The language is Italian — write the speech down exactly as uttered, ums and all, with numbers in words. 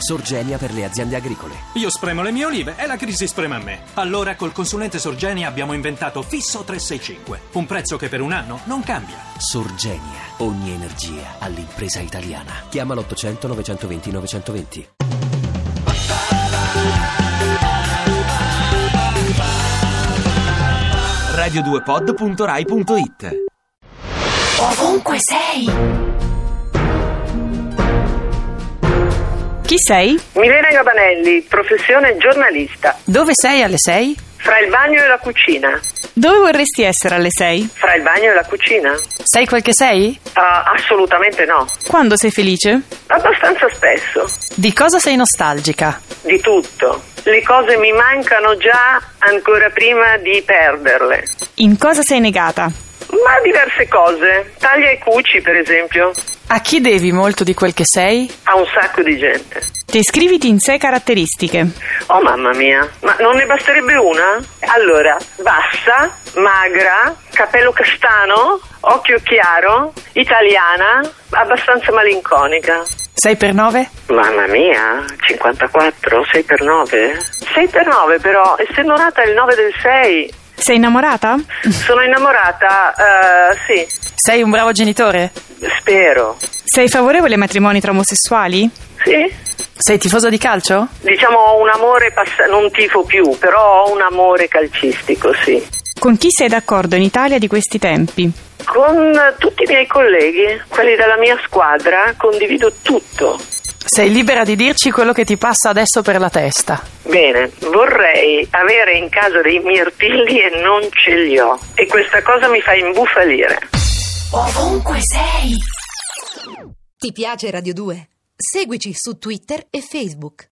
Sorgenia per le aziende agricole. Io spremo le mie olive e la crisi sprema me. Allora col consulente Sorgenia abbiamo inventato Fisso trecentosessantacinque. Un prezzo che per un anno non cambia. Sorgenia. Ogni energia all'impresa italiana. Chiama l'ottocento novecentoventi novecentoventi. radio due pod punto rai punto it. Ovunque sei. Chi sei? Milena Gabanelli, professione giornalista. Dove sei alle sei? Fra il bagno e la cucina. Dove vorresti essere alle sei? Fra il bagno e la cucina? Sai quel che sei? Uh, assolutamente no. Quando sei felice? Abbastanza spesso. Di cosa sei nostalgica? Di tutto. Le cose mi mancano già ancora prima di perderle. In cosa sei negata? Ma diverse cose. Taglia e cuci, per esempio. A chi devi molto di quel che sei? A un sacco di gente. Descriviti in sei caratteristiche. Oh mamma mia, ma non ne basterebbe una? Allora, bassa, magra, capello castano, occhio chiaro, italiana, abbastanza malinconica. sei per nove? Mamma mia, cinquantaquattro, sei per nove? sei per nove però, essendo nata il nove del sei. Sei innamorata? Sono innamorata, uh, sì. Sei un bravo genitore? Spero. Sei favorevole ai matrimoni tra omosessuali? Sì. Sei tifoso di calcio? Diciamo ho un amore, pass- non tifo più, però ho un amore calcistico, sì. Con chi sei d'accordo in Italia di questi tempi? Con tutti i miei colleghi, quelli della mia squadra, condivido tutto. Sei libera di dirci quello che ti passa adesso per la testa. Bene, vorrei avere in casa dei mirtilli e non ce li ho. E questa cosa mi fa imbufalire. Ovunque sei. Ti piace Radio due? Seguici su Twitter e Facebook.